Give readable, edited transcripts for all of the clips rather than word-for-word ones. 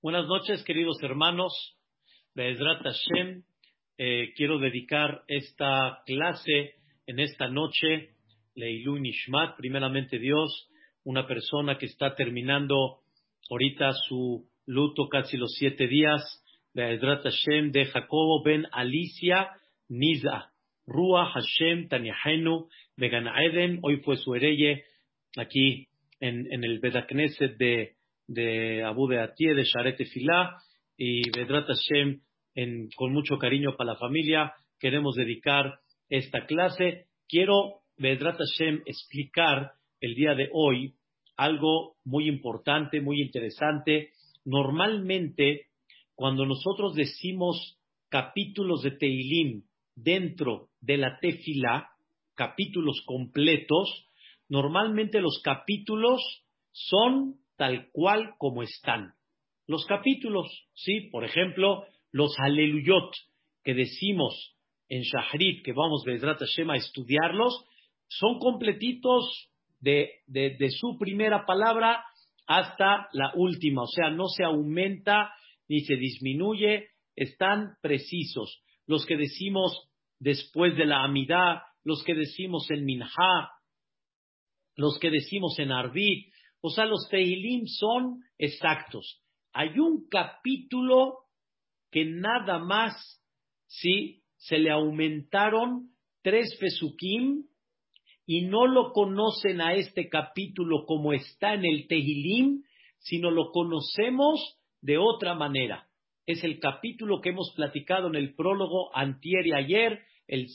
Buenas noches, queridos hermanos. Be'ezrat Hashem, quiero dedicar esta clase en esta noche, Leilui Nishmat, primeramente Dios, una persona que está terminando ahorita su luto casi los 7 días, Be'ezrat Hashem, de Jacobo ben Alicia Niza, Ruach Hashem Taniahenu, Began Eden. Hoy fue su hereye aquí en el Bedakneset de Abu de Atie, de Sharet Tefilá, y Bedrat Hashem, con mucho cariño para la familia, queremos dedicar esta clase. Quiero, Bedrat Hashem, explicar el día de hoy algo muy importante, muy interesante. Normalmente, cuando nosotros decimos capítulos de Tehilim dentro de la Tefilá, capítulos completos, normalmente los capítulos son tal cual como están. Los capítulos, ¿sí? Por ejemplo, los Haleluyot que decimos en Shahrit, que vamos Be'ezrat Hashem a estudiarlos, son completitos de su primera palabra hasta la última. O sea, no se aumenta ni se disminuye, están precisos. Los que decimos después de la Amidá, los que decimos en Minhá, los que decimos en Arbit. O sea, los Tehilim son exactos. Hay un capítulo que nada más, ¿sí? Se le aumentaron 3 pesukim y no lo conocen a este capítulo como está en el Tehilim, sino lo conocemos de otra manera. Es el capítulo que hemos platicado en el prólogo antier y ayer, el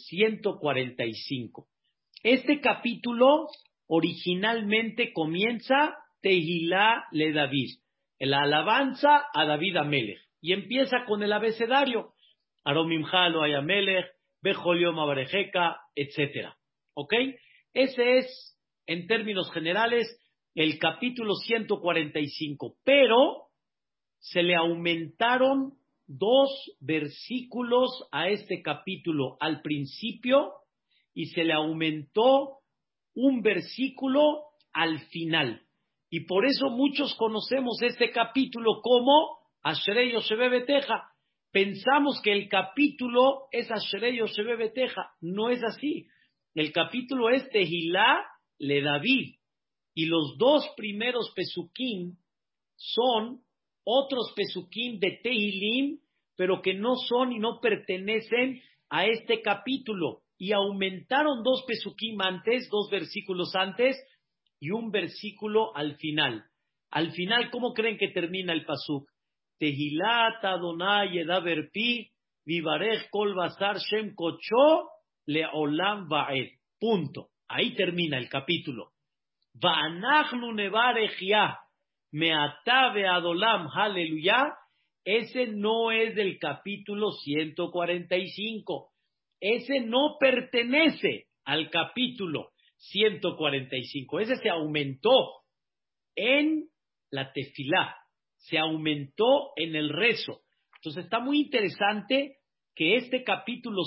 145. Este capítulo originalmente comienza Tehilá le David, la alabanza a David Amelech, y empieza con el abecedario, Aromimcha lo Ayamelech, Bechol Yom Avarejeka, etc. ¿Ok? Ese es, en términos generales, el capítulo 145, pero se le aumentaron 2 versículos a este capítulo al principio y se le aumentó un versículo al final. Y por eso muchos conocemos este capítulo como Ashrei Yosheveh Beteja. Pensamos que el capítulo es Ashrei Yosheveh Beteja. No es así. El capítulo es Tehilá le David. Y los 2 primeros pesukim son otros pesukim de Tehilim, pero que no son y no pertenecen a este capítulo. Y aumentaron 2 pesukim antes, 2 versículos antes, y un versículo al final. Al final, ¿cómo creen que termina el pasuk? Tehilat Adonai Yedaber Pi, Vivarech Kol Basar Shem Kocho Leolam Vaed. Punto. Ahí termina el capítulo. Va'anachnu nevarech Yah Me'atá ve'adolam, aleluya. Ese no es del capítulo 145. Ese no pertenece al capítulo 145. Ese se aumentó en la tefilá, se aumentó en el rezo. Entonces está muy interesante que este capítulo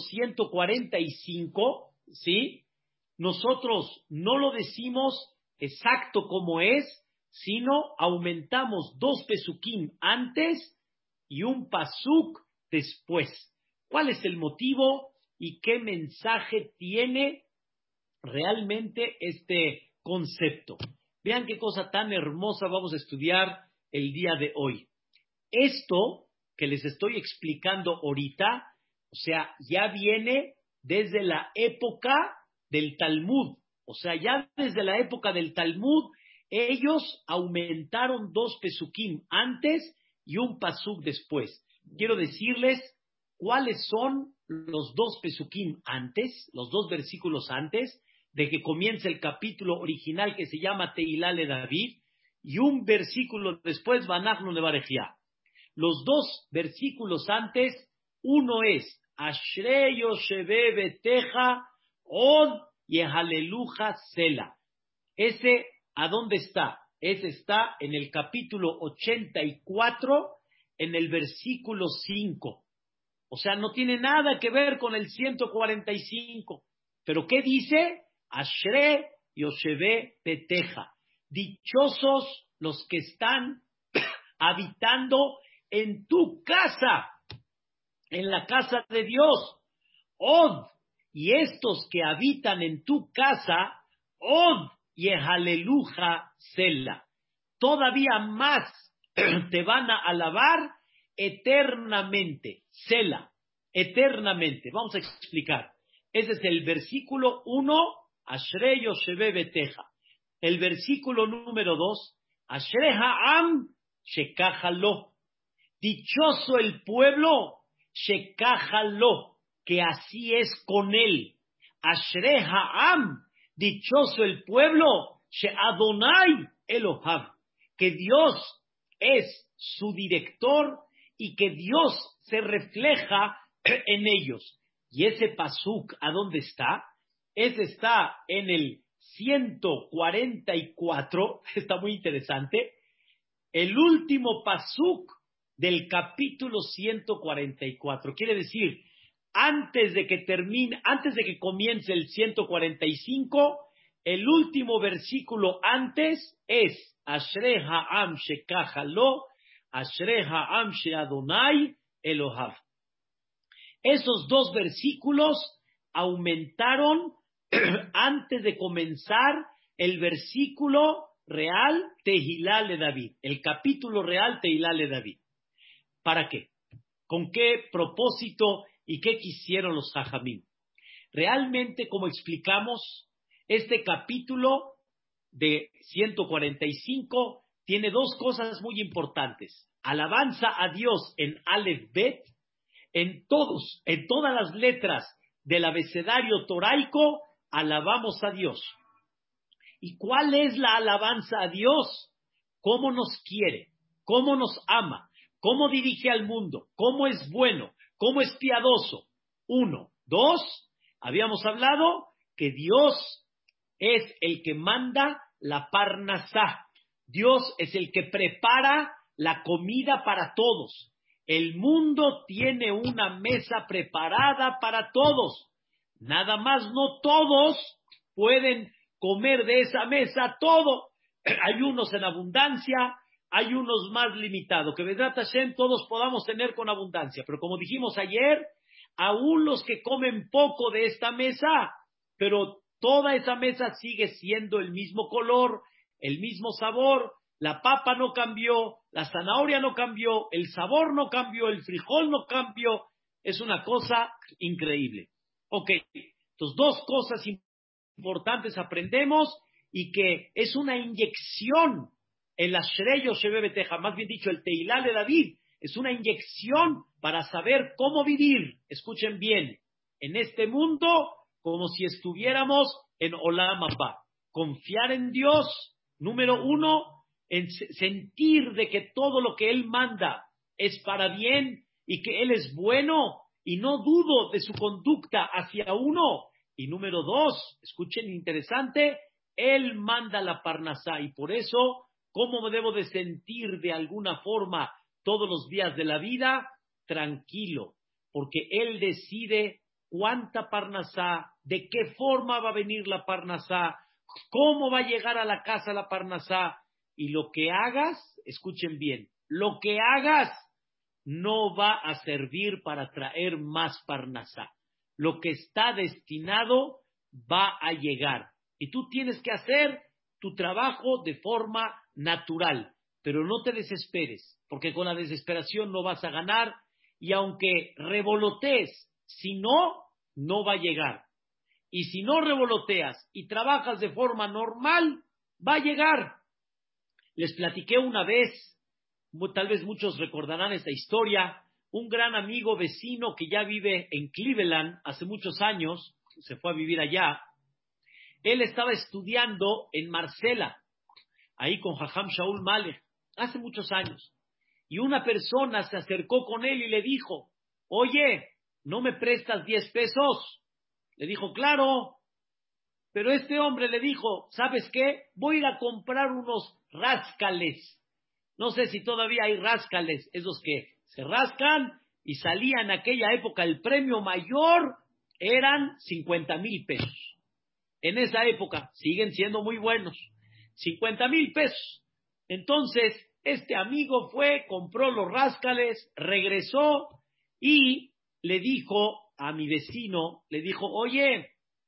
145, ¿sí? Nosotros no lo decimos exacto como es, sino aumentamos 2 pesukim antes y un pasuk después. ¿Cuál es el motivo y qué mensaje tiene realmente este concepto? Vean qué cosa tan hermosa vamos a estudiar el día de hoy. Esto que les estoy explicando ahorita, o sea, ya viene desde la época del Talmud. O sea, ya desde la época del Talmud, ellos aumentaron 2 pesukim antes y un pasuk después. Quiero decirles cuáles son los 2 pesukim antes, los 2 versículos antes de que comience el capítulo original que se llama Tehilá le David, y un versículo después, Vanachnu nevarech Yah. Los 2 versículos antes, uno es Ashrei Yosheveh Beteja Od Yehaleluja Sela. Ese, ¿a dónde está? Ese está en el capítulo 84, en el versículo 5. O sea, no tiene nada que ver con el 145. ¿Pero qué dice? Ashrei Yosheveh Beteja. Dichosos los que están habitando en tu casa, en la casa de Dios. Od, y estos que habitan en tu casa, Od Yehaleluja Sela, todavía más te van a alabar eternamente, Sela, eternamente. Vamos a explicar. Ese es el versículo 1, Ashrei Yosheve Beteja. El versículo número 2, Ashrei Ha'am Shekachalo. Dichoso el pueblo, Shekachalo, que así es con él. Ashrei Ha'am, dichoso el pueblo, She'adonai Elohav, que Dios es su director y que Dios se refleja en ellos. Y ese pasuk, ¿a dónde está? Ese está en el 144, está muy interesante, el último pasuk del capítulo 144. Quiere decir, antes de que comience el 145, el último versículo antes es Ashrei Ha'am Shekachalo, Ashrei Ha'am She'adonai Elohav. Esos dos versículos aumentaron antes de comenzar el versículo real Tehilá le David, el capítulo real Tehilá le David. ¿Para qué? ¿Con qué propósito y qué quisieron los Jajamim? Realmente, como explicamos, este capítulo de 145 tiene dos cosas muy importantes. Alabanza a Dios en Aleph Bet, en todas las letras del abecedario toraico, alabamos a Dios. ¿Y cuál es la alabanza a Dios? ¿Cómo nos quiere? ¿Cómo nos ama? ¿Cómo dirige al mundo? ¿Cómo es bueno? ¿Cómo es piadoso? 1. 2. Habíamos hablado que Dios es el que manda la parnasá. Dios es el que prepara la comida para todos. El mundo tiene una mesa preparada para todos. Nada más no todos pueden comer de esa mesa todo. Hay unos en abundancia, hay unos más limitados. Que Bezrat Hashem todos podamos tener con abundancia. Pero como dijimos ayer, aún los que comen poco de esta mesa, pero toda esa mesa sigue siendo el mismo color, el mismo sabor. La papa no cambió, la zanahoria no cambió, el sabor no cambió, el frijol no cambió. Es una cosa increíble. Ok, entonces dos cosas importantes aprendemos y que es una inyección. El Ashrei Yosheve Beteja, más bien dicho, el Tehilá de David, es una inyección para saber cómo vivir. Escuchen bien, en este mundo como si estuviéramos en Olam Haba. Confiar en Dios, número 1, en sentir de que todo lo que Él manda es para bien y que Él es bueno y no dudo de su conducta hacia uno. Y número 2, escuchen, interesante, Él manda la parnasá y por eso, ¿cómo me debo de sentir de alguna forma todos los días de la vida? Tranquilo, porque Él decide cuánta parnasá, de qué forma va a venir la parnasá, cómo va a llegar a la casa la parnasá. Y lo que hagas, escuchen bien, lo que hagas no va a servir para traer más parnasá. Lo que está destinado va a llegar. Y tú tienes que hacer tu trabajo de forma natural, pero no te desesperes, porque con la desesperación no vas a ganar y aunque revolotees, si no, no va a llegar. Y si no revoloteas y trabajas de forma normal, va a llegar. Les platiqué una vez, tal vez muchos recordarán esta historia, un gran amigo vecino que ya vive en Cleveland hace muchos años, se fue a vivir allá. Él estaba estudiando en Marcela, ahí con Jajam Shaul Malek, hace muchos años. Y una persona se acercó con él y le dijo, oye, ¿no me prestas 10 pesos? Le dijo, claro. Pero este hombre le dijo, ¿sabes qué? Voy a ir a comprar unos ráscales. No sé si todavía hay ráscales, esos que se rascan y salía en aquella época el premio mayor eran 50,000 pesos. En esa época siguen siendo muy buenos. 50,000 pesos. Entonces, Este amigo fue, compró los ráscales, regresó y le dijo a mi vecino, le dijo, oye,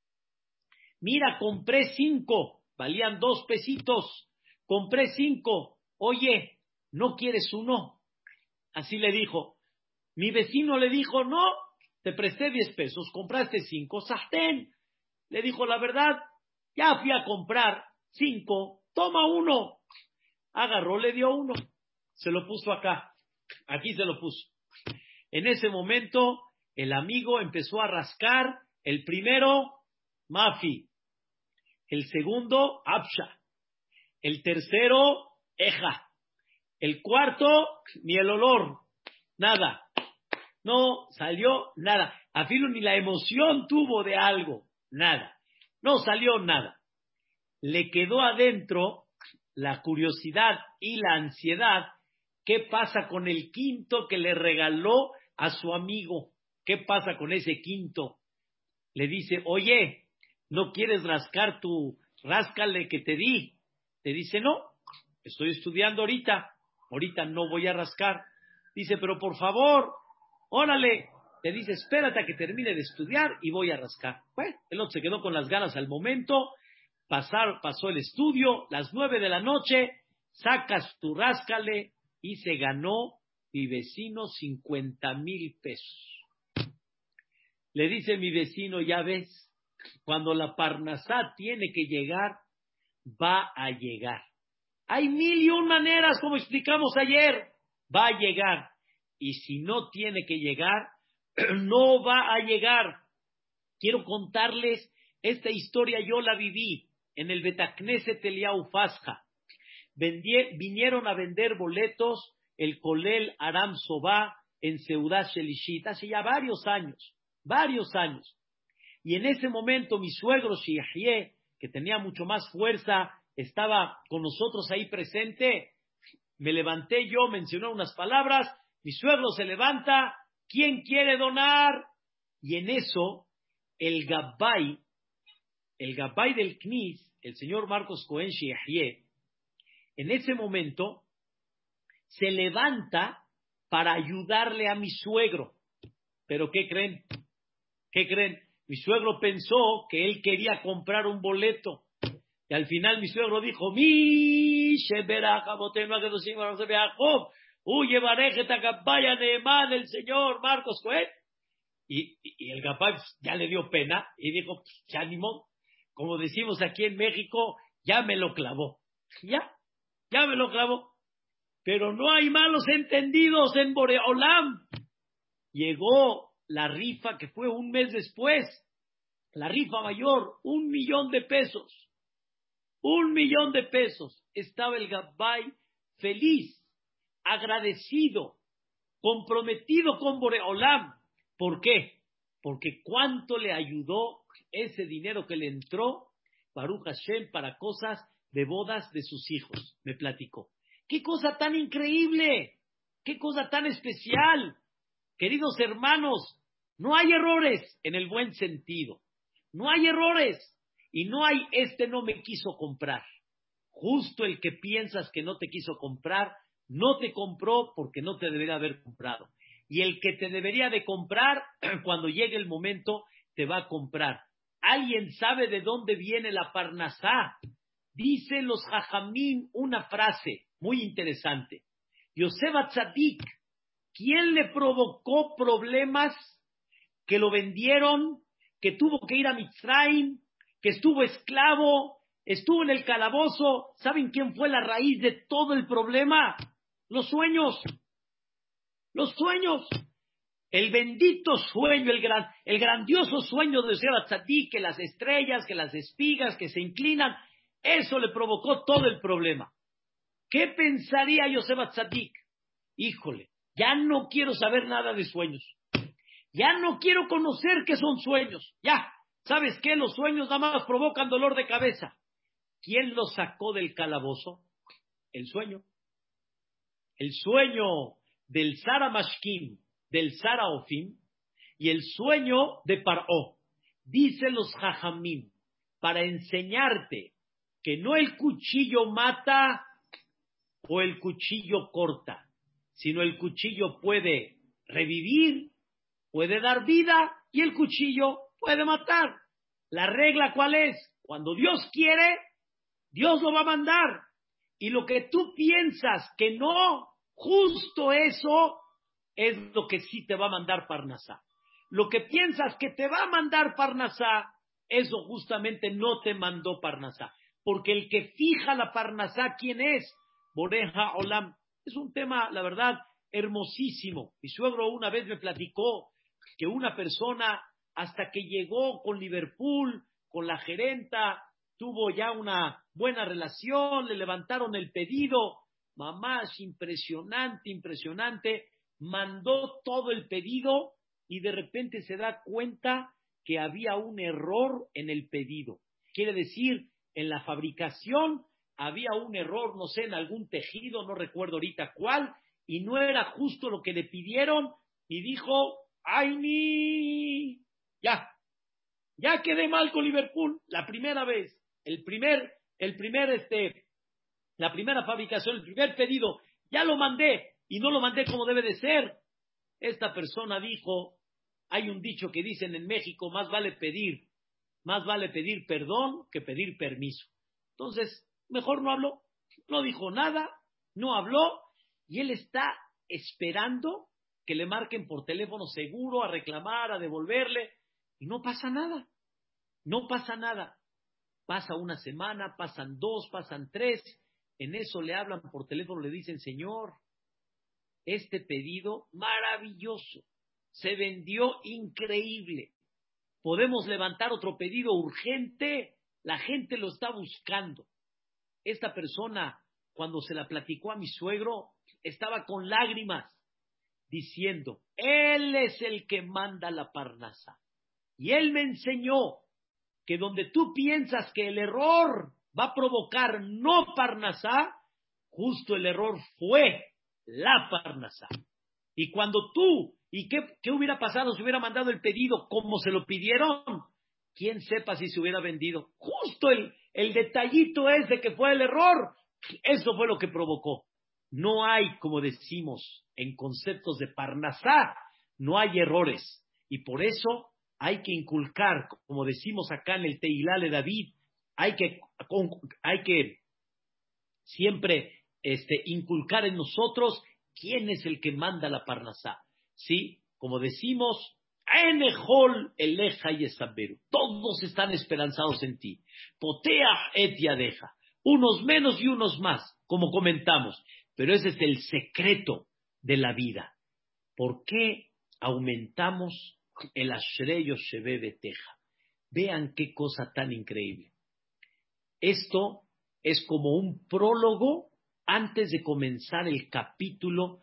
mira, compré 5, valían 2 pesitos, compré 5, oye, ¿no quieres uno? Así le dijo. Mi vecino le dijo, no, te presté 10 pesos, compraste 5, sartén. Le dijo, la verdad, ya fui a comprar 5, toma uno. Agarró, le dio uno, se lo puso acá, aquí se lo puso. En ese momento, el amigo empezó a rascar, el primero, Mafi, el segundo, Absha, el tercero, Eja, el cuarto, ni el olor, nada, no salió nada, afilo ni la emoción tuvo de algo, nada, no salió nada. Le quedó adentro la curiosidad y la ansiedad. ¿Qué pasa con el quinto que le regaló a su amigo? ¿Qué pasa con ese quinto? Le dice, oye, ¿no quieres rascar tu ráscale que te di? Le dice, no, estoy estudiando ahorita no voy a rascar. Dice, pero por favor, órale. Le dice, espérate a que termine de estudiar y voy a rascar. Bueno, el otro se quedó con las ganas al momento. Pasó el estudio, las 9 de la noche, sacas tu ráscale y se ganó mi vecino 50,000 pesos. Le dice mi vecino, ya ves, cuando la Parnasá tiene que llegar, va a llegar. Hay 1,001 maneras, como explicamos ayer, va a llegar. Y si no tiene que llegar, no va a llegar. Quiero contarles esta historia, yo la viví en el Betacneset Eliyahu Fasja. Vinieron a vender boletos el Kolel Aram Sobá en Seudat Shelishit hace ya varios años. Y en ese momento mi suegro Shiahye, que tenía mucho más fuerza, estaba con nosotros ahí presente. Me levanté yo, mencioné unas palabras, mi suegro se levanta, ¿quién quiere donar? Y en eso, el Gabbay del Knis, el señor Marcos Cohen Shiahye, en ese momento se levanta para ayudarle a mi suegro. Pero ¿qué creen? Mi suegro pensó que él quería comprar un boleto. Y al final mi suegro dijo, del señor Marcos Cohen. Y el Gabbay ya le dio pena y dijo, se animó. Como decimos aquí en México, ya me lo clavó. Ya me lo clavó. Pero no hay malos entendidos en Boreolam. Llegó la rifa que fue un mes después. La rifa mayor, 1,000,000 de pesos. 1,000,000 de pesos. Estaba el Gabbay feliz, agradecido, comprometido con Boreolam. ¿Por qué? Porque cuánto le ayudó ese dinero que le entró, Baruch Hashem, para cosas de bodas de sus hijos. Me platicó. ¡Qué cosa tan increíble! ¡Qué cosa tan especial! Queridos hermanos, no hay errores en el buen sentido. No hay errores. Y no hay no me quiso comprar. Justo el que piensas que no te quiso comprar, no te compró porque no te debería haber comprado. Y el que te debería de comprar, cuando llegue el momento, te va a comprar. ¿Alguien sabe de dónde viene la Parnasá? Dicen los Jajamín una frase muy interesante. Yosef Atzadik, ¿quién le provocó problemas? Que lo vendieron, que tuvo que ir a Mitzrayim, que estuvo esclavo, estuvo en el calabozo. ¿Saben quién fue la raíz de todo el problema? Los sueños. El bendito sueño, el grandioso sueño de Yosef Atzadik, que las estrellas, que las espigas, que se inclinan, eso le provocó todo el problema. ¿Qué pensaría Yosef Atzadik? Híjole, ya no quiero saber nada de sueños. Ya no quiero conocer qué son sueños. Ya, ¿sabes qué? Los sueños nada más provocan dolor de cabeza. ¿Quién lo sacó del calabozo? El sueño. El sueño del Sara Mashkim, del Sara Ofim, y el sueño de Paró. Dicen los Jajamim, para enseñarte que no el cuchillo mata, o el cuchillo corta, sino el cuchillo puede revivir, puede dar vida y el cuchillo puede matar. ¿La regla cuál es? Cuando Dios quiere, Dios lo va a mandar. Y lo que tú piensas que no, justo eso es lo que sí te va a mandar Parnasá. Lo que piensas que te va a mandar Parnasá, eso justamente no te mandó Parnasá. Porque el que fija la Parnasá, ¿quién es? Boreja Olam. Es un tema, la verdad, hermosísimo. Mi suegro una vez me platicó que una persona, hasta que llegó con Liverpool, con la gerenta, tuvo ya una buena relación, le levantaron el pedido. Mamá, es impresionante, impresionante. Mandó todo el pedido y de repente se da cuenta que había un error en el pedido. Quiere decir, en la fabricación había un error, no sé, en algún tejido, no recuerdo ahorita cuál, y no era justo lo que le pidieron, y dijo, ¡ay, ni! Ya quedé mal con Liverpool, la primera vez, la primera fabricación, el primer pedido, ya lo mandé, y no lo mandé como debe de ser. Esta persona dijo, hay un dicho que dicen en México, más vale pedir perdón que pedir permiso. Entonces, mejor no habló, no dijo nada, no habló, y él está esperando que le marquen por teléfono seguro a reclamar, a devolverle, y no pasa nada, no pasa nada. Pasa una semana, pasan 2, pasan 3, en eso le hablan por teléfono, le dicen, señor, este pedido maravilloso, se vendió increíble, podemos levantar otro pedido urgente, la gente lo está buscando. Esta persona, cuando se la platicó a mi suegro, estaba con lágrimas, diciendo, él es el que manda la Parnasá. Y él me enseñó que donde tú piensas que el error va a provocar no Parnasá, justo el error fue la Parnasá. Y cuando tú, ¿y qué hubiera pasado si hubiera mandado el pedido como se lo pidieron? ¿Quién sepa si se hubiera vendido? Justo el detallito es de que fue el error. Eso fue lo que provocó. No hay, como decimos, en conceptos de Parnasá, no hay errores. Y por eso hay que inculcar, como decimos acá en el Teilá de David, hay que siempre inculcar en nosotros quién es el que manda la Parnasá. ¿Sí? Como decimos, Enejol eleja y esaberu. Todos están esperanzados en ti. Potea et yadeja. Unos menos y unos más, como comentamos. Pero ese es el secreto de la vida. ¿Por qué aumentamos el Ashrei Yosheve Beteja? Vean qué cosa tan increíble. Esto es como un prólogo antes de comenzar el capítulo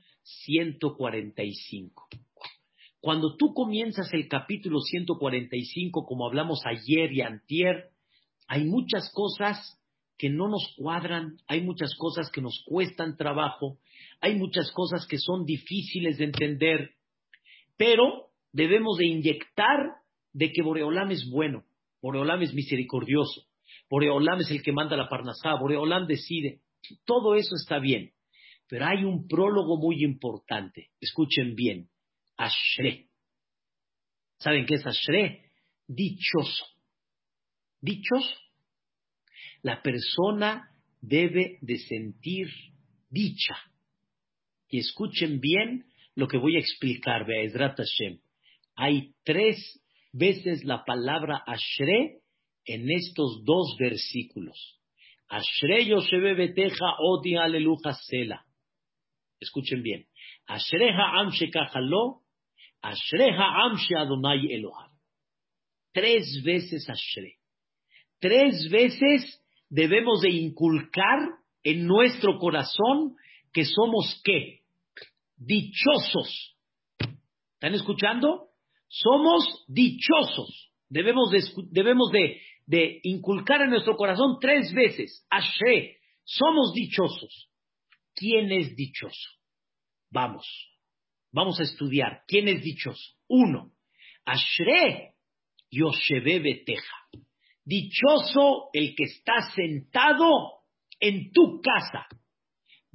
145. Cuando tú comienzas el capítulo 145, como hablamos ayer y antier, hay muchas cosas que no nos cuadran, hay muchas cosas que nos cuestan trabajo, hay muchas cosas que son difíciles de entender, pero debemos de inyectar de que Boreolam es bueno, Boreolam es misericordioso, Boreolam es el que manda la Parnasá, Boreolam decide. Todo eso está bien, pero hay un prólogo muy importante. Escuchen bien. Ashré. ¿Saben qué es Ashré? Dichoso. Dichoso. La persona debe de sentir dicha. Y escuchen bien lo que voy a explicar, Be'ezrat Hashem. Hay 3 veces la palabra Ashré en estos 2 versículos. Ashrei Yosheve Beteja Odi Aleluja Sela. Escuchen bien. Ashrei Ha'am Shekachalo, Ashrei Ha'am She'Adonai Eloham. 3 veces Ashrei. 3 veces debemos de inculcar en nuestro corazón que somos ¿qué? Dichosos. ¿Están escuchando? Somos dichosos. Debemos de inculcar en nuestro corazón 3 veces. Ashrei, somos dichosos. ¿Quién es dichoso? Vamos a estudiar. ¿Quién es dichoso? 1. Ashrei Yosheve Beteja. Dichoso el que está sentado en tu casa.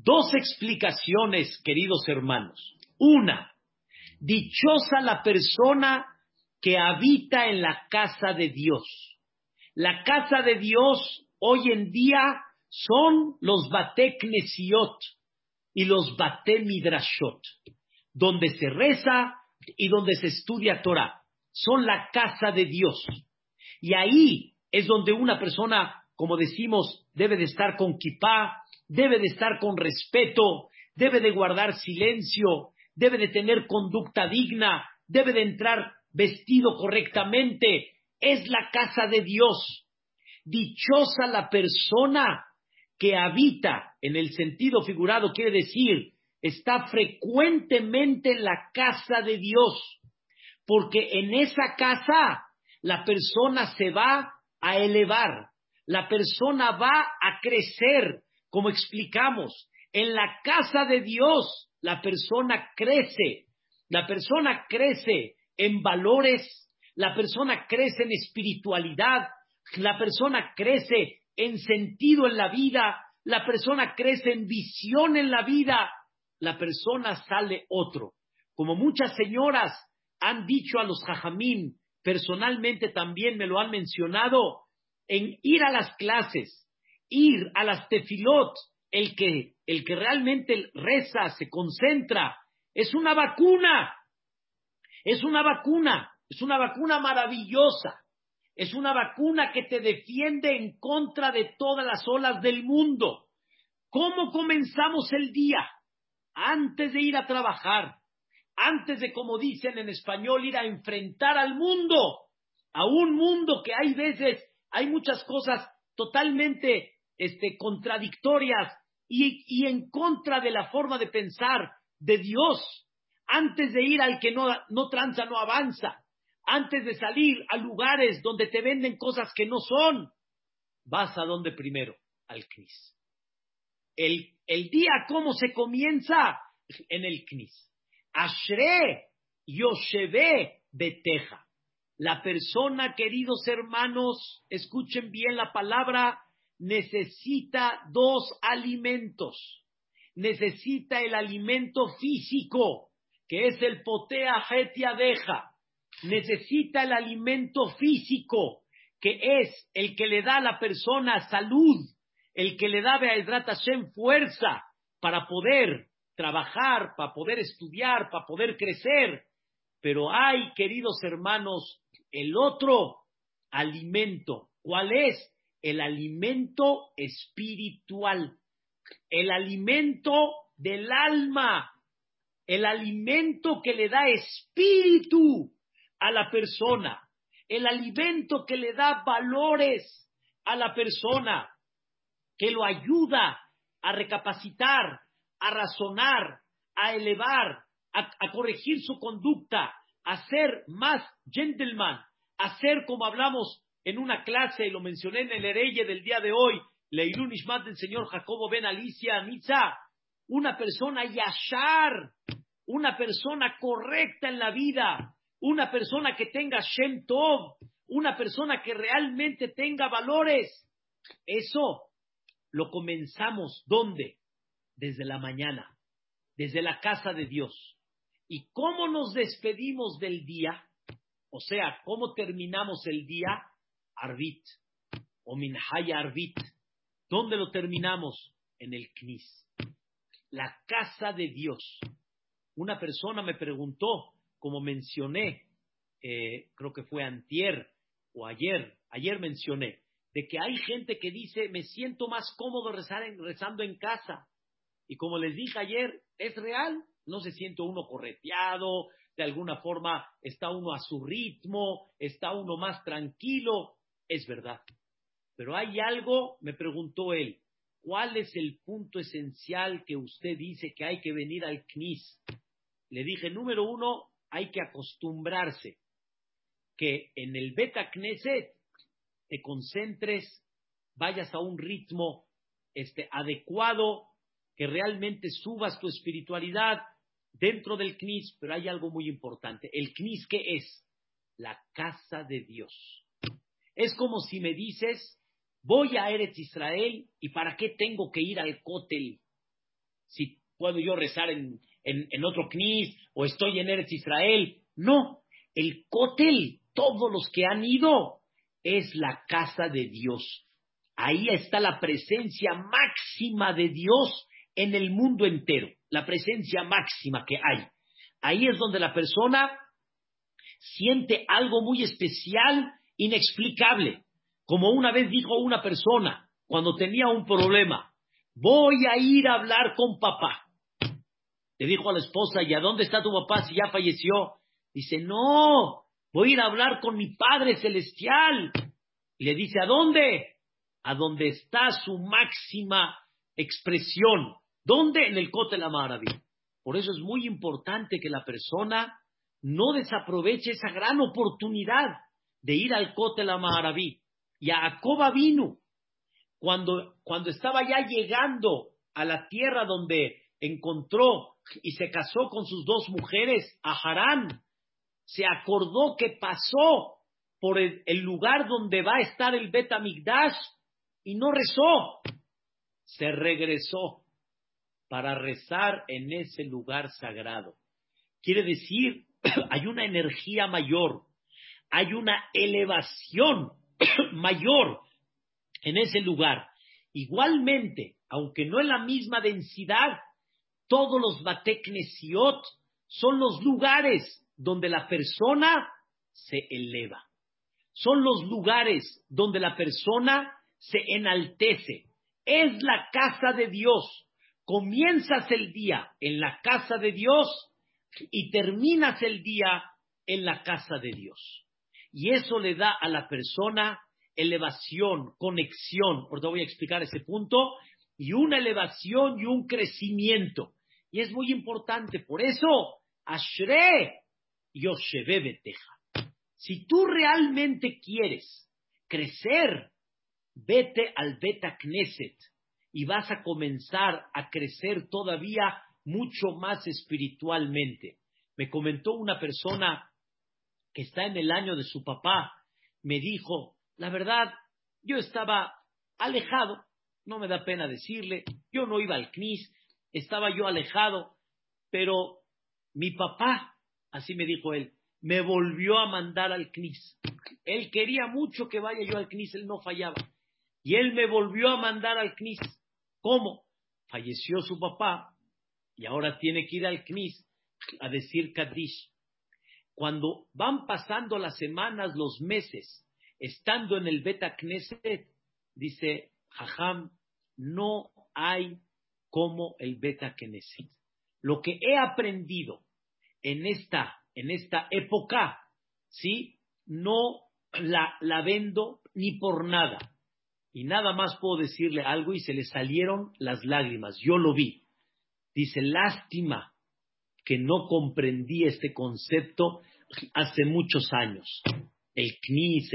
Dos explicaciones, queridos hermanos. Una, dichosa la persona que habita en la casa de Dios. La casa de Dios hoy en día son los Bate Knesiot y los Bate Midrashot, donde se reza y donde se estudia Torah. Son la casa de Dios. Y ahí es donde una persona, como decimos, debe de estar con kipá, debe de estar con respeto, debe de guardar silencio, debe de tener conducta digna, debe de entrar vestido correctamente. Es la casa de Dios. Dichosa la persona que habita, en el sentido figurado, quiere decir, está frecuentemente en la casa de Dios, porque en esa casa la persona se va a elevar, la persona va a crecer, como explicamos. En la casa de Dios la persona crece en valores, la persona crece en espiritualidad, la persona crece en sentido en la vida, la persona crece en visión en la vida, la persona sale otro. Como muchas señoras han dicho a los jajamín, personalmente también me lo han mencionado, en ir a las clases, ir a las tefilot, el que realmente reza, se concentra, es una vacuna, es una vacuna maravillosa, es una vacuna que te defiende en contra de todas las olas del mundo. ¿Cómo comenzamos el día? Antes de ir a trabajar, antes de, como dicen en español, ir a enfrentar al mundo, a un mundo que hay veces, hay muchas cosas totalmente contradictorias y en contra de la forma de pensar de Dios. Antes de ir al que no tranza, no avanza, antes de salir a lugares donde te venden cosas que no son, vas a donde primero, al CNIS. El día, ¿cómo se comienza? En el CNIS. Ashre Yosheve Beteja. La persona, queridos hermanos, escuchen bien la palabra, necesita dos alimentos. Necesita el alimento físico, que es el potea hetia deja. Necesita el alimento físico, que es el que le da a la persona salud, el que le da a Be'ezrat Hashem fuerza para poder trabajar, para poder estudiar, para poder crecer. Pero hay, queridos hermanos, el otro alimento. ¿Cuál es? El alimento espiritual, el alimento del alma, el alimento que le da espíritu a la persona, el alimento que le da valores a la persona, que lo ayuda a recapacitar, a razonar, a elevar, a corregir su conducta, a ser más gentleman, a ser, como hablamos en una clase, y lo mencioné en el Hereye del día de hoy, Leilun Ishmat del señor Jacobo Ben Alicia Nitza, una persona yashar, una persona correcta en la vida, una persona que tenga Shem Tov, una persona que realmente tenga valores. Eso lo comenzamos, ¿dónde? Desde la mañana, desde la casa de Dios. ¿Y cómo nos despedimos del día? O sea, ¿cómo terminamos el día? Arvit, o Minhaya Arvit. ¿Dónde lo terminamos? En el CNIS, la casa de Dios. Una persona me preguntó, como mencioné, creo que fue antier o ayer mencioné, de que hay gente que dice, me siento más cómodo rezando en casa. Y como les dije ayer, es real, no se siente uno correteado, de alguna forma está uno a su ritmo, está uno más tranquilo, es verdad. Pero hay algo, me preguntó él, ¿cuál es el punto esencial que usted dice que hay que venir al CNIS? Le dije, número uno, hay que acostumbrarse que en el Beta Knesset te concentres, vayas a un ritmo adecuado, que realmente subas tu espiritualidad dentro del CNIS. Pero hay algo muy importante. ¿El CNIS qué es? La casa de Dios. Es como si me dices, voy a Eretz Israel, ¿y para qué tengo que ir al Kotel? si puedo yo rezar en otro knis o estoy en Eretz Israel. No, el Kotel, todos los que han ido, es la casa de Dios. Ahí está la presencia máxima de Dios en el mundo entero, la presencia máxima que hay. Ahí es donde la persona siente algo muy especial, inexplicable. Como una vez dijo una persona, cuando tenía un problema, voy a ir a hablar con papá. Le dijo a la esposa, ¿y a dónde está tu papá si ya falleció? Dice, no, voy a ir a hablar con mi Padre Celestial. Y le dice, ¿a dónde? A donde está su máxima expresión. ¿Dónde? En el Kotel Amaraví. Por eso es muy importante que la persona no desaproveche esa gran oportunidad de ir al Kotel Amaraví. Y a Jacob vino, cuando estaba ya llegando a la tierra donde encontró y se casó con sus dos mujeres, a Harán, se acordó que pasó por el lugar donde va a estar el Bet Hamikdash y no rezó. Se regresó para rezar en ese lugar sagrado. Quiere decir, hay una energía mayor, hay una elevación mayor en ese lugar. Igualmente, aunque no en la misma densidad, todos los Bate Knesiot son los lugares donde la persona se eleva. Son los lugares donde la persona se enaltece. Es la casa de Dios. Comienzas el día en la casa de Dios y terminas el día en la casa de Dios. Y eso le da a la persona elevación, conexión. Ahorita voy a explicar ese punto. Y una elevación y un crecimiento. Y es muy importante. Por eso, Ashrei Yosheve Beteja. Si tú realmente quieres crecer, vete al Bet Knesset y vas a comenzar a crecer todavía mucho más espiritualmente. Me comentó una persona que está en el año de su papá, me dijo, la verdad, yo estaba alejado, no me da pena decirle, yo no iba al CNIS, estaba yo alejado, pero mi papá, así me dijo él, me volvió a mandar al CNIS. Él quería mucho que vaya yo al CNIS, él no fallaba. Y él me volvió a mandar al CNIS. ¿Cómo? Falleció su papá y ahora tiene que ir al CNIS a decir Kaddish. Cuando van pasando las semanas, los meses, estando en el Bet Knesset, dice Jajam, no hay como el Bet Knesset. Lo que he aprendido en esta época, ¿sí? No la vendo ni por nada. Y nada más puedo decirle algo y se le salieron las lágrimas. Yo lo vi. Dice, lástima que no comprendí este concepto hace muchos años. El CNIS.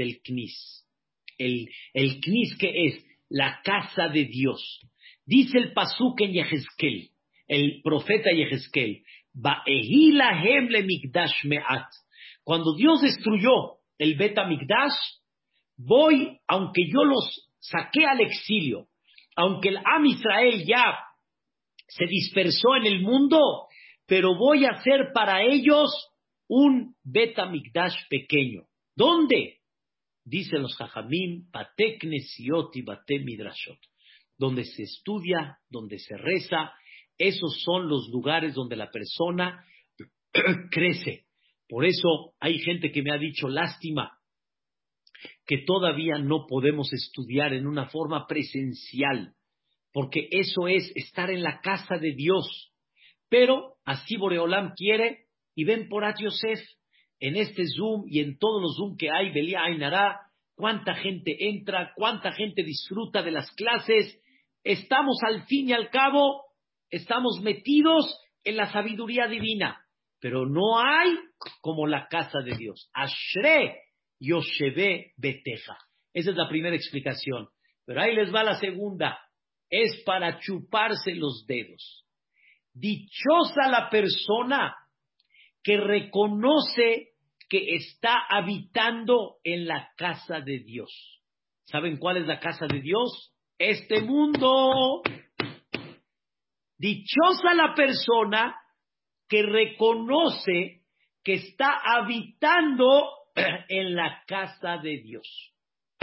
El CNIS, ¿qué es? La casa de Dios. Dice el pasuk en Yehezkel, el profeta Yehezkel, Va'ehi lahem lemikdash me'at. Cuando Dios destruyó el Bet Hamikdash, voy, aunque yo los saqué al exilio, aunque el Am Israel ya se dispersó en el mundo, pero voy a hacer para ellos un Bet Hamikdash pequeño. ¿Dónde? Dicen los Jajamim, Bate Knesiot y Bate Midrashot. Donde se estudia, donde se reza, esos son los lugares donde la persona crece. Por eso hay gente que me ha dicho, lástima, que todavía no podemos estudiar en una forma presencial, porque eso es estar en la casa de Dios. Pero así Boreolam quiere, y ven por Yosef, en este Zoom y en todos los Zoom que hay, Belia Ainara, cuánta gente entra, cuánta gente disfruta de las clases. Estamos al fin y al cabo, estamos metidos en la sabiduría divina, pero no hay como la casa de Dios. Ashrei Yosheve Beteja. Esa es la primera explicación. Pero ahí les va la segunda. Es para chuparse los dedos. Dichosa la persona que reconoce que está habitando en la casa de Dios. ¿Saben cuál es la casa de Dios? Este mundo. Dichosa la persona que reconoce que está habitando en la casa de Dios.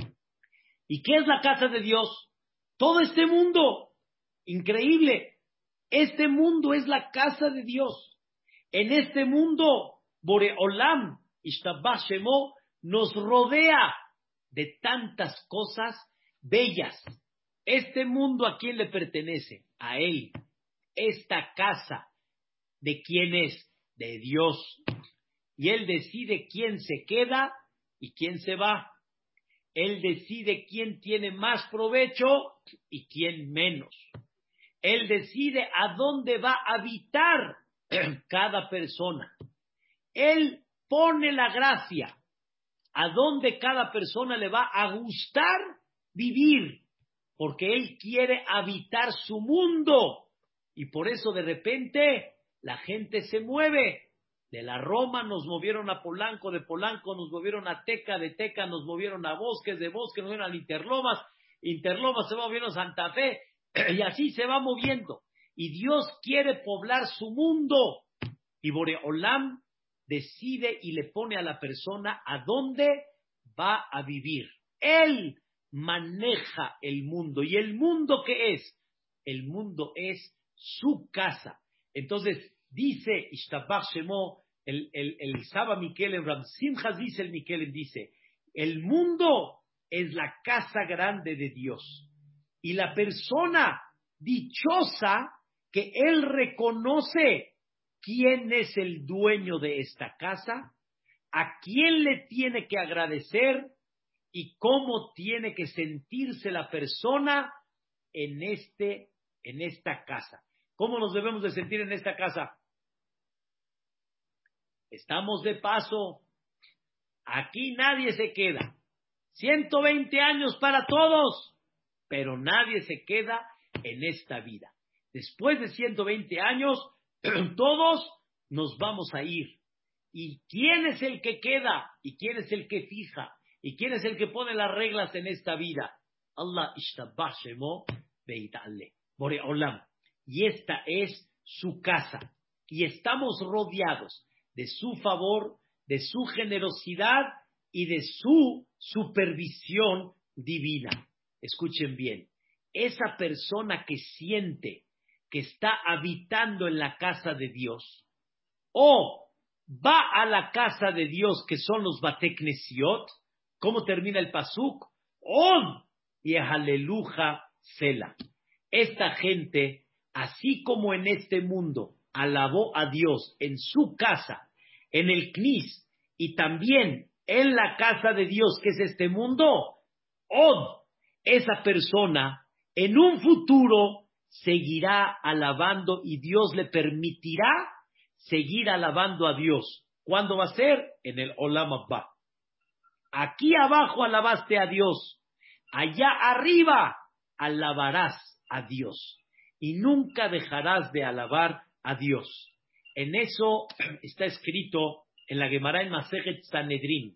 ¿Y qué es la casa de Dios? Todo este mundo. Increíble. Este mundo es la casa de Dios. En este mundo, Boreolam, Ishtabach Shemo, nos rodea de tantas cosas bellas. Este mundo, ¿a quién le pertenece? A Él. Esta casa, ¿de quién es? De Dios. Y Él decide quién se queda y quién se va. Él decide quién tiene más provecho y quién menos. Él decide a dónde va a habitar cada persona. Él pone la gracia a dónde cada persona le va a gustar vivir, porque Él quiere habitar su mundo. Y por eso de repente la gente se mueve. De la Roma nos movieron a Polanco, de Polanco nos movieron a Teca, de Teca nos movieron a Bosques, de Bosques nos movieron a Interlomas, Interlomas se va moviendo a Santa Fe, y así se va moviendo. Y Dios quiere poblar su mundo. Y Boreolam decide y le pone a la persona a dónde va a vivir. Él maneja el mundo. ¿Y el mundo qué es? El mundo es su casa. Entonces, dice Ishtabach Shemo, el Saba Mikelem, Ram Simchas dice el Mikelem, dice, el mundo es la casa grande de Dios. Y la persona dichosa que él reconoce quién es el dueño de esta casa, a quién le tiene que agradecer y cómo tiene que sentirse la persona en esta casa. ¿Cómo nos debemos de sentir en esta casa? Estamos de paso. Aquí nadie se queda. 120 años para todos, pero nadie se queda en esta vida. Después de 120 años, todos nos vamos a ir. ¿Y quién es el que queda? ¿Y quién es el que fija? ¿Y quién es el que pone las reglas en esta vida? Allah ishtabach shemo beitale. Boreolam. Y esta es su casa. Y estamos rodeados de su favor, de su generosidad y de su supervisión divina. Escuchen bien. Esa persona que siente que está habitando en la casa de Dios, o va a la casa de Dios, que son los Bateknesiot, ¿cómo termina el pasuk? On y aleluja sela. Esta gente, así como en este mundo, alabó a Dios en su casa, en el Knis, y también en la casa de Dios, que es este mundo, Od, esa persona, en un futuro, seguirá alabando y Dios le permitirá seguir alabando a Dios. ¿Cuándo va a ser? En el Olam Abba. Aquí abajo alabaste a Dios, allá arriba alabarás a Dios y nunca dejarás de alabar a Dios. En eso está escrito en la Gemara en Masejet Sanedrin.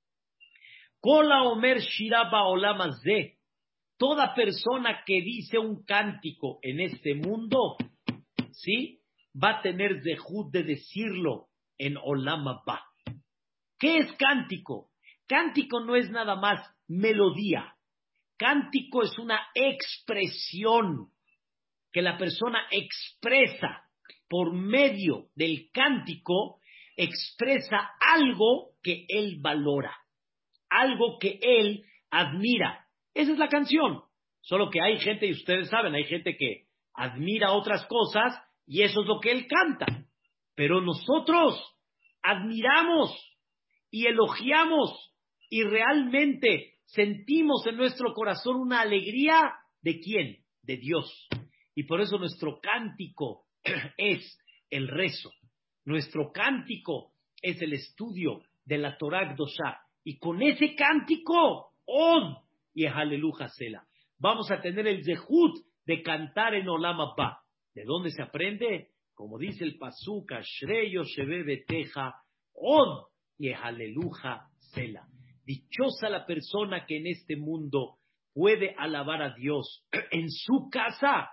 Kola Omer Shira Ba'olam Hazeh. Toda persona que dice un cántico en este mundo, ¿sí?, va a tener zehut de decirlo en Olam Abba. ¿Qué es cántico? Cántico no es nada más melodía. Cántico es una expresión que la persona expresa por medio del cántico, expresa algo que él valora, algo que él admira. Esa es la canción. Solo que hay gente, y ustedes saben, hay gente que admira otras cosas y eso es lo que él canta. Pero nosotros admiramos y elogiamos y realmente sentimos en nuestro corazón una alegría. ¿De quién? De Dios. Y por eso nuestro cántico es el rezo. Nuestro cántico es el estudio de la Torah Kdoshá. Y con ese cántico, Od y aleluja sela, vamos a tener el zehut de cantar en Olam Abba. ¿De dónde se aprende? Como dice el pasuk, Ashrei Yosheveh Beteja, Od y aleluja sela. Dichosa la persona que en este mundo puede alabar a Dios en su casa,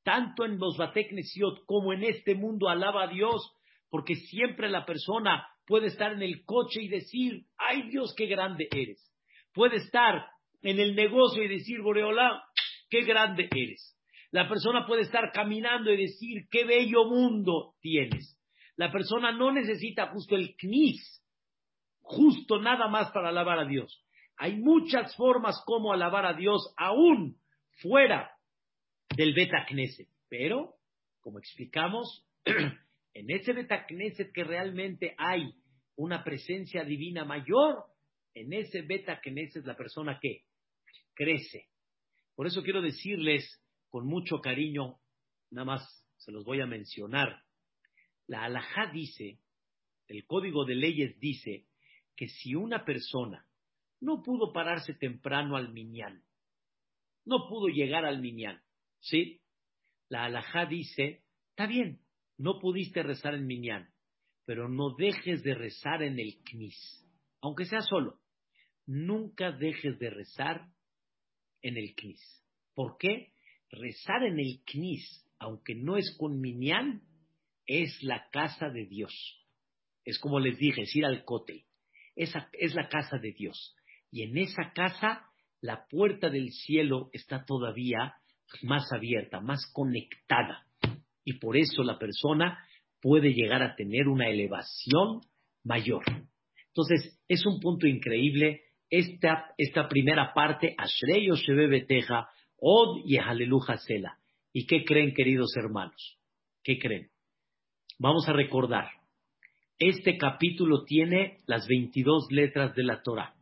tanto en los Batei Knesiot como en este mundo, alaba a Dios, porque siempre la persona puede estar en el coche y decir, ¡ay Dios, qué grande eres! Puede estar en el negocio y decir, Boreolá, qué grande eres. La persona puede estar caminando y decir, qué bello mundo tienes. La persona no necesita justo el knis, justo nada más para alabar a Dios. Hay muchas formas como alabar a Dios, aún fuera del Bet HaKnesset. Pero, como explicamos, en ese Bet HaKnesset que realmente hay una presencia divina mayor, en ese Bet HaKnesset la persona que crece. Por eso quiero decirles con mucho cariño, nada más se los voy a mencionar. La halajá dice, el código de leyes dice, que si una persona no pudo pararse temprano al minyan, no pudo llegar al minyan, ¿sí? La halajá dice, está bien, no pudiste rezar en minyan, pero no dejes de rezar en el knis, aunque sea solo. Nunca dejes de rezar en el knis. ¿Por qué? Rezar en el knis, aunque no es con minyan, es la casa de Dios. Es como les dije, es ir al cótel. Esa es la casa de Dios. Y en esa casa, la puerta del cielo está todavía más abierta, más conectada. Y por eso la persona puede llegar a tener una elevación mayor. Entonces, es un punto increíble. Esta primera parte, Ashrei Yosheve Beteja, Od Yehalelu Hasela. ¿Y qué creen, queridos hermanos? ¿Qué creen? Vamos a recordar. Este capítulo tiene las 22 letras de la Torah.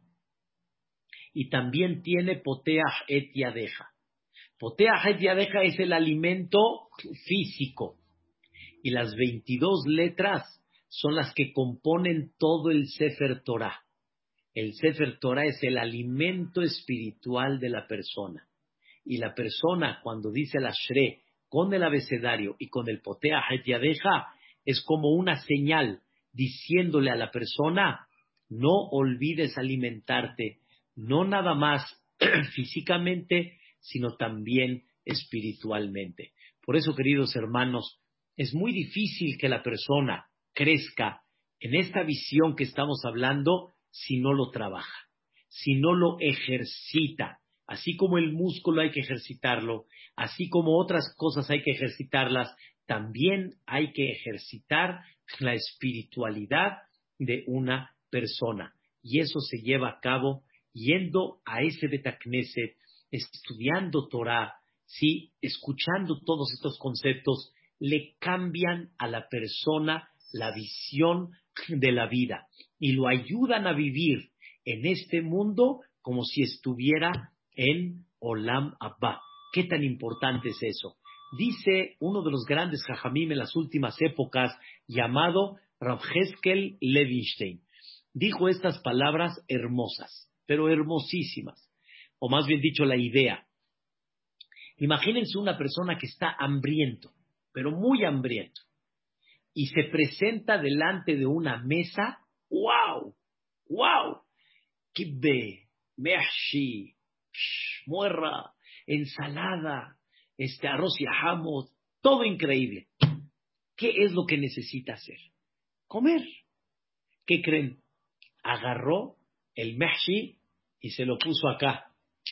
Y también tiene Poteach et Yadeja. Poteach et Yadeja es el alimento físico. Y las 22 letras son las que componen todo el Sefer Torah. El Sefer Torah es el alimento espiritual de la persona. Y la persona, cuando dice el Ashrei con el abecedario y con el Poteach et Yadeja, es como una señal diciéndole a la persona, no olvides alimentarte, no nada más físicamente, sino también espiritualmente. Por eso, queridos hermanos, es muy difícil que la persona crezca en esta visión que estamos hablando si no lo trabaja, si no lo ejercita. Así como el músculo hay que ejercitarlo, así como otras cosas hay que ejercitarlas, también hay que ejercitar la espiritualidad de una persona. Y eso se lleva a cabo yendo a ese Bet HaKnesset, estudiando Torah, ¿sí? Escuchando todos estos conceptos, le cambian a la persona la visión de la vida y lo ayudan a vivir en este mundo como si estuviera en Olam Abba. ¿Qué tan importante es eso? Dice uno de los grandes jajamim en las últimas épocas, llamado Rav Heskel Levinstein. Dijo estas palabras hermosas, pero hermosísimas. O más bien dicho, la idea. Imagínense una persona que está hambriento, pero muy hambriento, y se presenta delante de una mesa. ¡Wow! ¡Wow! Kibbe, meshi, muerra, ensalada, arroz y ajamos, todo increíble. ¿Qué es lo que necesita hacer? Comer. ¿Qué creen? Agarró el meshi y se lo puso acá,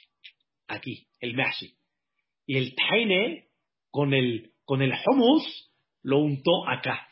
aquí, el meshi. Y el tahine con el hummus lo untó acá.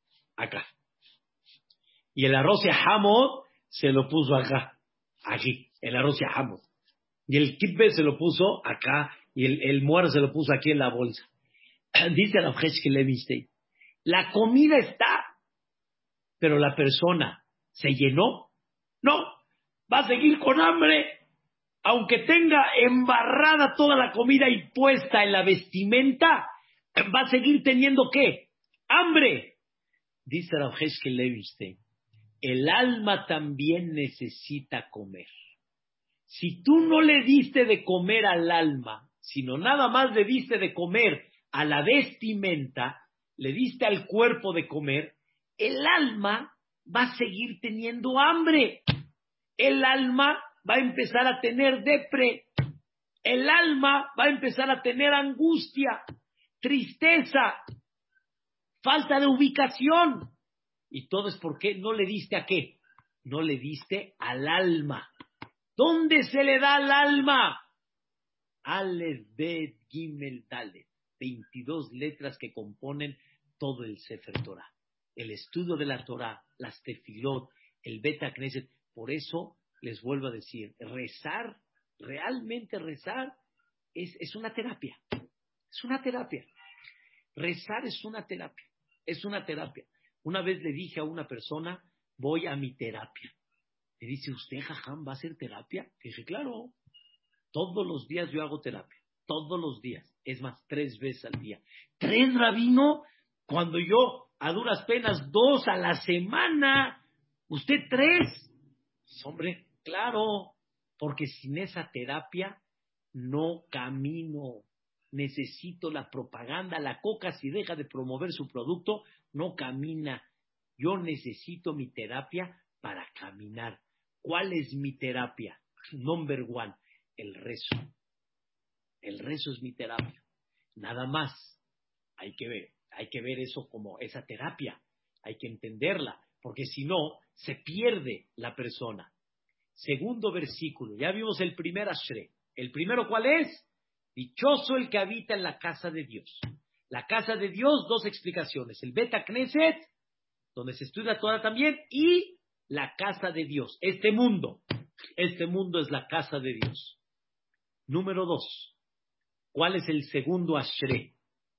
Y el arroz y ajamos se lo puso acá, aquí, el arroz y ajamos. Y el kibbeh se lo puso acá, y el muerto se lo puso aquí en la bolsa. Dice Rav Heskel Levinstein, la comida está, pero la persona se llenó. No, va a seguir con hambre, aunque tenga embarrada toda la comida y puesta en la vestimenta, va a seguir teniendo ¿qué? Hambre. Dice Rav Heskel Levinstein, el alma también necesita comer. Si tú no le diste de comer al alma, sino nada más le diste de comer a la vestimenta, le diste al cuerpo de comer, el alma va a seguir teniendo hambre. El alma va a empezar a tener depre. El alma va a empezar a tener angustia. tristeza, falta de ubicación. Y todo es porque no le diste a qué, no le diste al alma. ¿Dónde se le da al alma? Aleph, Bet, Gimel, Dalet. 22 letras que componen todo el Sefer Torah. El estudio de la Torah, las tefilot, el Bet Knesset. Por eso les vuelvo a decir, rezar, realmente rezar, es una terapia. Es una terapia. Rezar es una terapia. Es una terapia. Una vez le dije a una persona, voy a mi terapia. Me dice, ¿usted, jajam, va a hacer terapia? Le dije, claro, todos los días yo hago terapia. Todos los días. Es más, 3 veces al día. 3, rabino, cuando yo a duras penas 2 a la semana. ¿Usted 3? Pues, hombre, claro, porque sin esa terapia no camino. Necesito la propaganda. La Coca, si deja de promover su producto, no camina. Yo necesito mi terapia para caminar. ¿Cuál es mi terapia? Number 1, el rezo. El rezo es mi terapia. Nada más. Hay que ver eso como esa terapia. Hay que entenderla, porque si no, se pierde la persona. Segundo versículo. Ya vimos el primer Ashrei. ¿El primero cuál es? Dichoso el que habita en la casa de Dios. La casa de Dios, 2 explicaciones. El Bet Knesset, donde se estudia Torah también, y la casa de Dios. Este mundo es la casa de Dios. Número 2. ¿Cuál es el segundo Ashrei?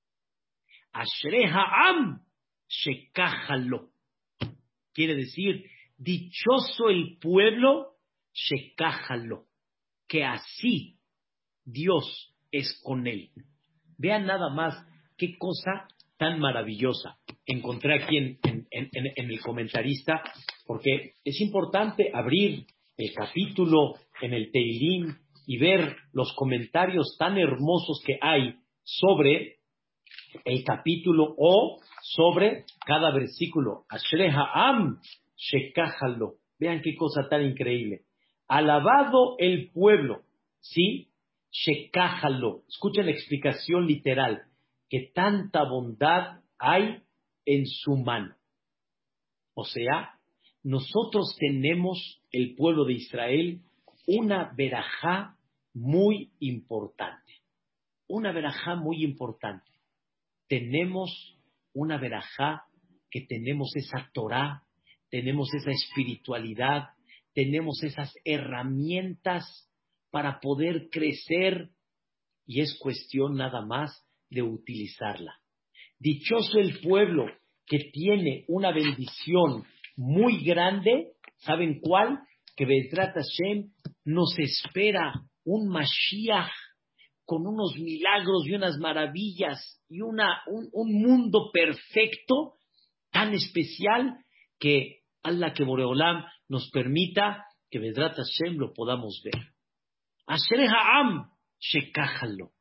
Ashrei ha'am shekachalo. Quiere decir, dichoso el pueblo shekachalo, que así Dios es con él. Vean nada más qué cosa tan maravillosa encontré aquí en el comentarista, porque es importante abrir el capítulo en el Teilim y ver los comentarios tan hermosos que hay sobre el capítulo o sobre cada versículo. Ashrei ha'am shekachalo. Vean qué cosa tan increíble. Alabado el pueblo, ¿sí? Shekachalo. Escuchen la explicación literal. Que tanta bondad hay en su mano. O sea, nosotros tenemos, el pueblo de Israel, una verajá muy importante. Una verajá muy importante. Tenemos una verajá que tenemos esa Torah, tenemos esa espiritualidad, tenemos esas herramientas para poder crecer y es cuestión nada más de utilizarla. Dichoso el pueblo que tiene una bendición muy grande. ¿Saben cuál? Que Be'ezrat Hashem nos espera un Mashiach con unos milagros y unas maravillas y un mundo perfecto, tan especial, que Allah, que Boreolam nos permita que Be'ezrat Hashem lo podamos ver. Ashrei ha'am shekachalo.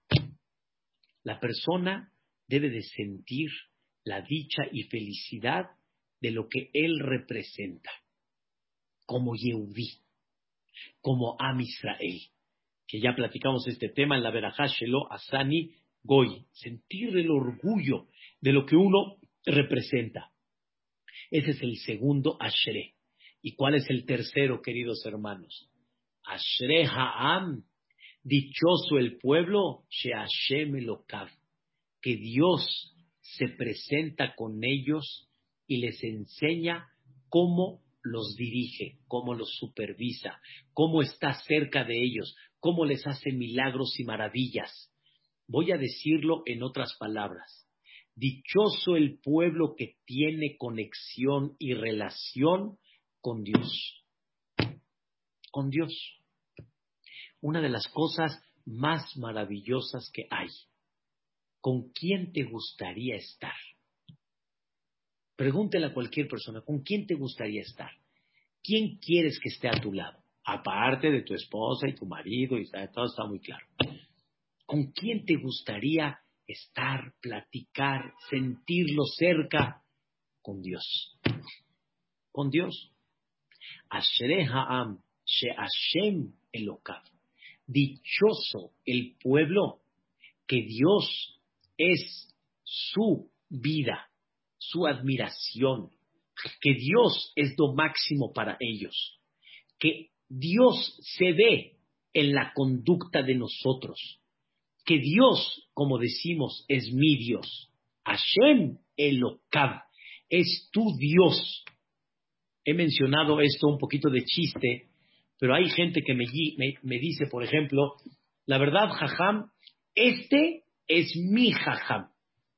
La persona debe de sentir la dicha y felicidad de lo que él representa, como Yehudí, como Am Israel, que ya platicamos este tema en la Berajá Shelo Asani Goy, sentir el orgullo de lo que uno representa. Ese es el segundo Ashrei. ¿Y cuál es el tercero, queridos hermanos? Ashrei ha'am, dichoso el pueblo, she'Hashem Elokav, que Dios se presenta con ellos y les enseña cómo los dirige, cómo los supervisa, cómo está cerca de ellos, cómo les hace milagros y maravillas. Voy a decirlo en otras palabras. Dichoso el pueblo que tiene conexión y relación con Dios. Con Dios. Una de las cosas más maravillosas que hay. ¿Con quién te gustaría estar? Pregúntele a cualquier persona, ¿con quién te gustaría estar? ¿Quién quieres que esté a tu lado? Aparte de tu esposa y tu marido, y todo está muy claro. ¿Con quién te gustaría estar, platicar, sentirlo cerca? Con Dios. Con Dios. Ashrei ha'am she'Hashem Elokav. Dichoso el pueblo que Dios es su vida, su admiración, que Dios es lo máximo para ellos, que Dios se ve en la conducta de nosotros, que Dios, como decimos, es mi Dios. Hashem Elokav, es tu Dios. He mencionado esto un poquito de chiste, pero hay gente que me dice, por ejemplo, la verdad, Jajam, este es mi Jajam.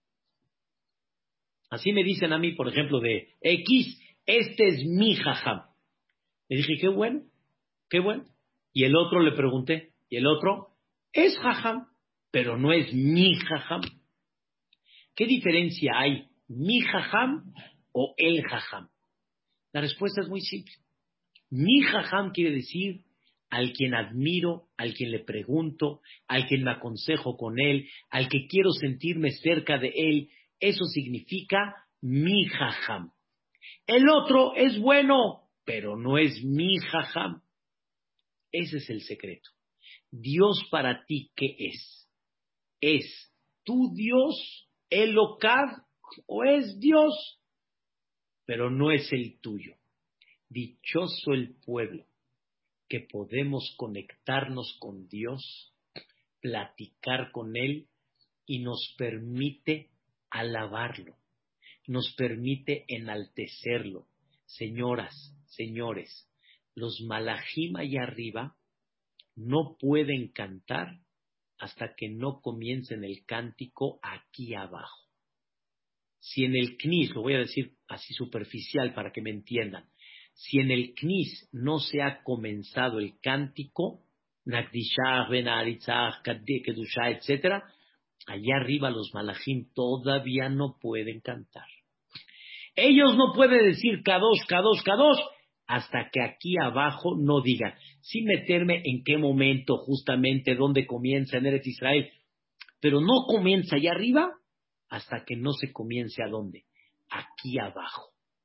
Así me dicen a mí, por ejemplo, de X, este es mi Jajam. Le dije, qué bueno, qué bueno. Y el otro le pregunté, y el otro es Jajam, pero no es mi Jajam. ¿Qué diferencia hay, mi Jajam o el Jajam? La respuesta es muy simple. Mi Jajam quiere decir al quien admiro, al quien le pregunto, al quien me aconsejo con él, al que quiero sentirme cerca de él. Eso significa mi Jajam. El otro es bueno, pero no es mi Jajam. Ese es el secreto. Dios para ti, ¿qué es? ¿Es tu Dios, Elokav, o es Dios, pero no es el tuyo? Dichoso el pueblo que podemos conectarnos con Dios, platicar con Él y nos permite alabarlo, nos permite enaltecerlo. Señoras, señores, los malajim allá arriba no pueden cantar hasta que no comiencen el cántico aquí abajo. Si en el Knis, lo voy a decir así superficial para que me entiendan, si en el Knis no se ha comenzado el cántico, Nakdishah, Benaritzah, Kedushah, etc., allá arriba los malajim todavía no pueden cantar. Ellos no pueden decir Kadosh, Kadosh, Kadosh, hasta que aquí abajo no digan, sin meterme en qué momento, justamente, dónde comienza en Eretz Israel, pero no comienza allá arriba hasta que no se comience a dónde, aquí abajo.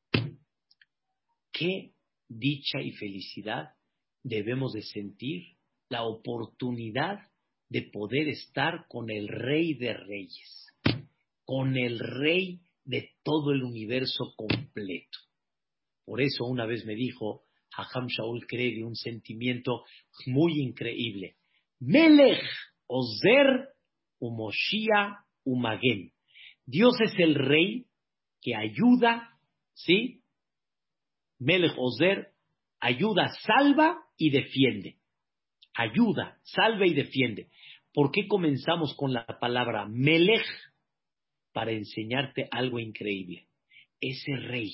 Qué dicha y felicidad debemos de sentir la oportunidad de poder estar con el Rey de Reyes, con el Rey de todo el universo completo. Por eso una vez me dijo Hajam Shaul Kredi un sentimiento muy increíble. Melech Ozer Umoshia Umagen. Dios es el Rey que ayuda, ¿sí? Melech Ozer, ayuda, salva y defiende. Ayuda, salva y defiende. ¿Por qué comenzamos con la palabra Melech? Para enseñarte algo increíble. Ese Rey,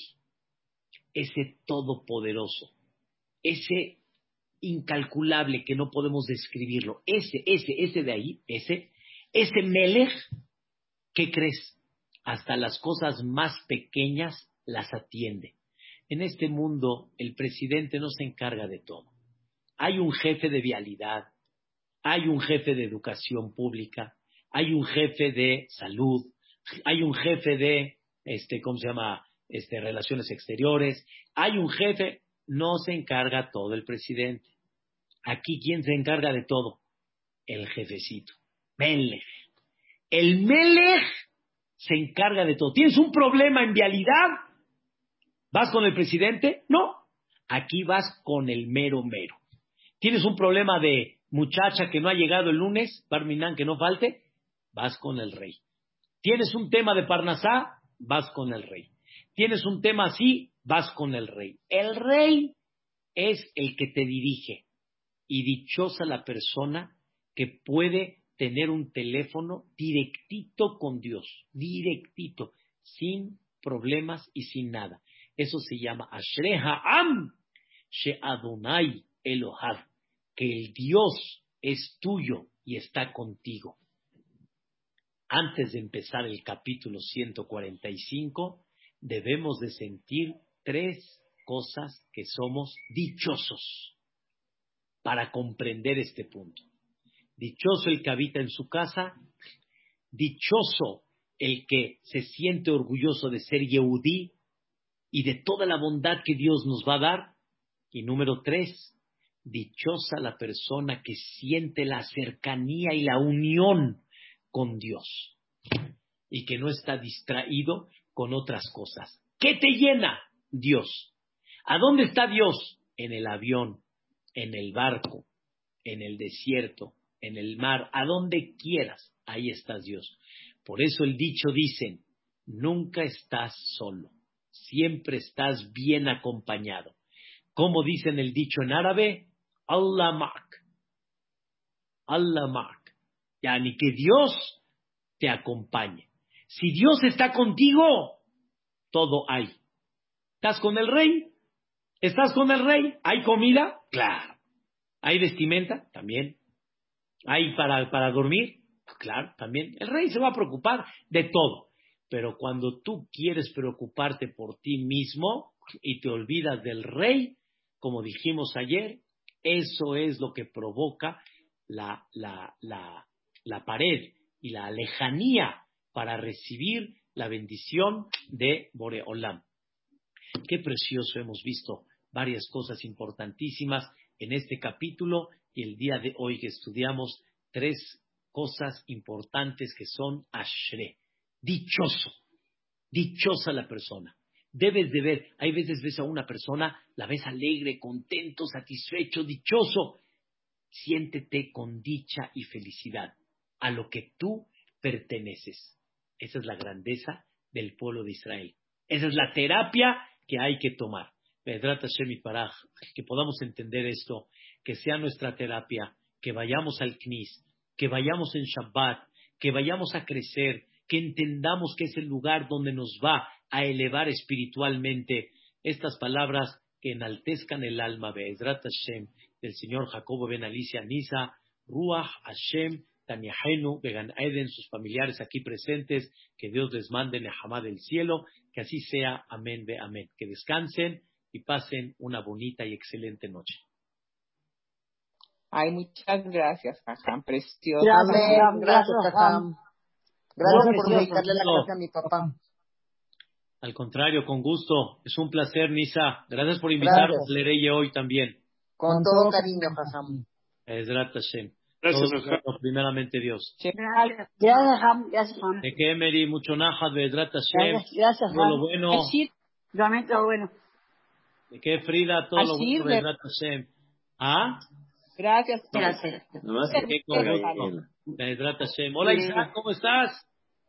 ese todopoderoso, ese incalculable que no podemos describirlo, ese de ahí, ese Melech, ¿qué crees? Hasta las cosas más pequeñas las atiende. En este mundo, el presidente no se encarga de todo. Hay un jefe de vialidad, hay un jefe de educación pública, hay un jefe de salud, hay un jefe de, ¿cómo se llama? Relaciones exteriores, hay un jefe, no se encarga todo el presidente. Aquí, ¿quién se encarga de todo? El jefecito, Melech. El Melech se encarga de todo. ¿Tienes un problema en vialidad? ¿Vas con el presidente? No. Aquí vas con el mero mero. ¿Tienes un problema de muchacha que no ha llegado el lunes? Barminan, que no falte. Vas con el rey. ¿Tienes un tema de Parnasá? Vas con el rey. ¿Tienes un tema así? Vas con el rey. El rey es el que te dirige. Y dichosa la persona que puede tener un teléfono directito con Dios. Directito. Sin problemas y sin nada. Eso se llama Ashrei Ha'am She'Adonai Elohad, que el Dios es tuyo y está contigo. Antes de empezar el capítulo 145, debemos de sentir tres cosas que somos dichosos para comprender este punto. Dichoso el que habita en su casa, dichoso el que se siente orgulloso de ser Yehudí y de toda la bondad que Dios nos va a dar. Y número 3, dichosa la persona que siente la cercanía y la unión con Dios. y que no está distraído con otras cosas. ¿Qué te llena? Dios. ¿A dónde está Dios? En el avión, en el barco, en el desierto, en el mar, a donde quieras, ahí estás Dios. Por eso el dicho dicen, nunca estás solo, siempre estás bien acompañado. Como dicen el dicho en árabe, Allah ma'ak, Allah ma'ak, yani que Dios te acompañe. Si Dios está contigo, todo hay. ¿Estás con el rey? ¿Estás con el rey? ¿Hay comida? Claro. ¿Hay vestimenta? También. ¿Hay para dormir? Claro, también. El rey se va a preocupar de todo. Pero cuando tú quieres preocuparte por ti mismo y te olvidas del rey, como dijimos ayer, eso es lo que provoca la pared y la lejanía para recibir la bendición de Boreolam. Qué precioso, hemos visto varias cosas importantísimas en este capítulo y el día de hoy que estudiamos 3 cosas importantes que son Ashre. Dichoso, dichosa la persona. Debes de ver, hay veces ves a una persona, la ves alegre, contento, satisfecho, dichoso. Siéntete con dicha y felicidad a lo que tú perteneces. Esa es la grandeza del pueblo de Israel. Esa es la terapia que hay que tomar. Be'ezrat Hashem Yitbaraj, que podamos entender esto, que sea nuestra terapia, que vayamos al Knis, que vayamos en Shabbat, que vayamos a crecer, que entendamos que es el lugar donde nos va a elevar espiritualmente. Estas palabras que enaltezcan el alma, Be'ezrat Hashem, del señor Jacobo Ben Alicia Nisa, Ruach Hashem, Taniahenu, Began Eden, sus familiares aquí presentes, que Dios les mande Nehamá del cielo, que así sea, amén, ve amén. Que descansen y pasen una bonita y excelente noche. Ay, muchas gracias, Jajam, precioso. Gracias, Jajam. Gracias por dedicarle la gusto. clase a mi papá. Al contrario, con gusto. Es un placer, Nisa. Gracias por invitarnos a Lereye hoy también. Con todo cariño, Jajam. Ezrat Hashem. Gracias, Todo Jajam. bueno, primeramente Dios. Gracias, Jajam. Gracias, Jajam. De que Emeri, mucho najas, Ezrat Hashem. Gracias, Todo lo Jajam. bueno. Realmente lo bueno. De que Frida, todo lo bueno, Ezrat Hashem. ¿Ah? Gracias. Gracias. De que con gusto. Ezrat Hashem. Hola, Isaac, ¿cómo estás?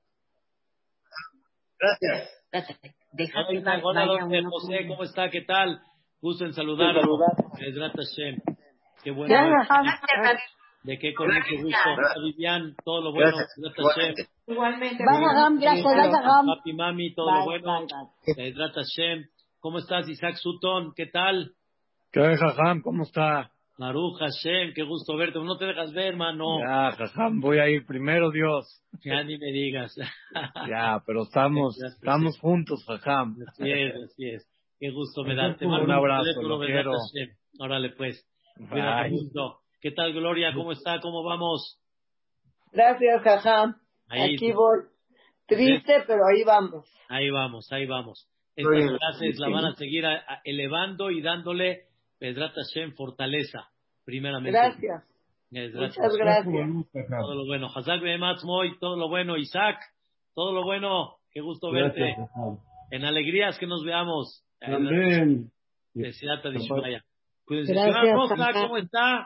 Gracias. Hola, Isaac. Hola, don José, ¿cómo está? ¿Qué tal? Gusto en saludarlo. Ezrat Hashem. Qué bueno. De que con mucho gusto. Hola, Vivian, todo lo bueno. Ezrat Hashem. Igualmente. Bye, Jajam. Gracias, Jajam. Papi, mami, todo lo bueno. Ezrat Hashem. ¿Cómo estás, Isaac Sutton? ¿Qué tal? ¿Qué hay, Jajam? ¿Cómo está? Baruch Hashem, qué gusto verte. No te dejas ver, hermano. Ya, Jajam, voy a ir primero, Dios. Ya ni me digas. Ya, pero estamos juntos, Jajam. Así es. Qué gusto me da. Te mando Un abrazo, teléfono, lo ¿verdad, quiero. Hashem? Órale, pues. Cuídate Bye. mucho. ¿Qué tal, Gloria? ¿Cómo está? ¿Cómo vamos? Gracias, Jajam. Ahí, Aquí voy. Triste, pero ahí vamos. ahí vamos. Estas clases la van a seguir elevando y dándole, Bezrat Hashem, fortaleza, primeramente. Gracias. Muchas gracias. Todo lo bueno. Hazak Behematz Moy, todo lo bueno. Isaac, todo lo bueno. Qué gusto verte. En alegrías que nos veamos. Amén. Deseata Dishmaya. Cuídense. Gracias, Señora Costa, Jajam. ¿cómo está?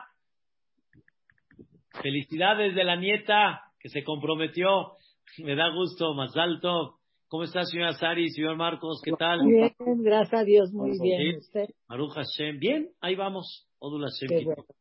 Felicidades de la nieta que se comprometió. Me da gusto, más alto. ¿Cómo está, señora Sari, señor Marcos? ¿Qué tal? Bien, gracias a Dios, muy bien. Sí. ¿Usted? Baruch Hashem. Bien, ahí vamos. Odul Hashem. Qué bueno.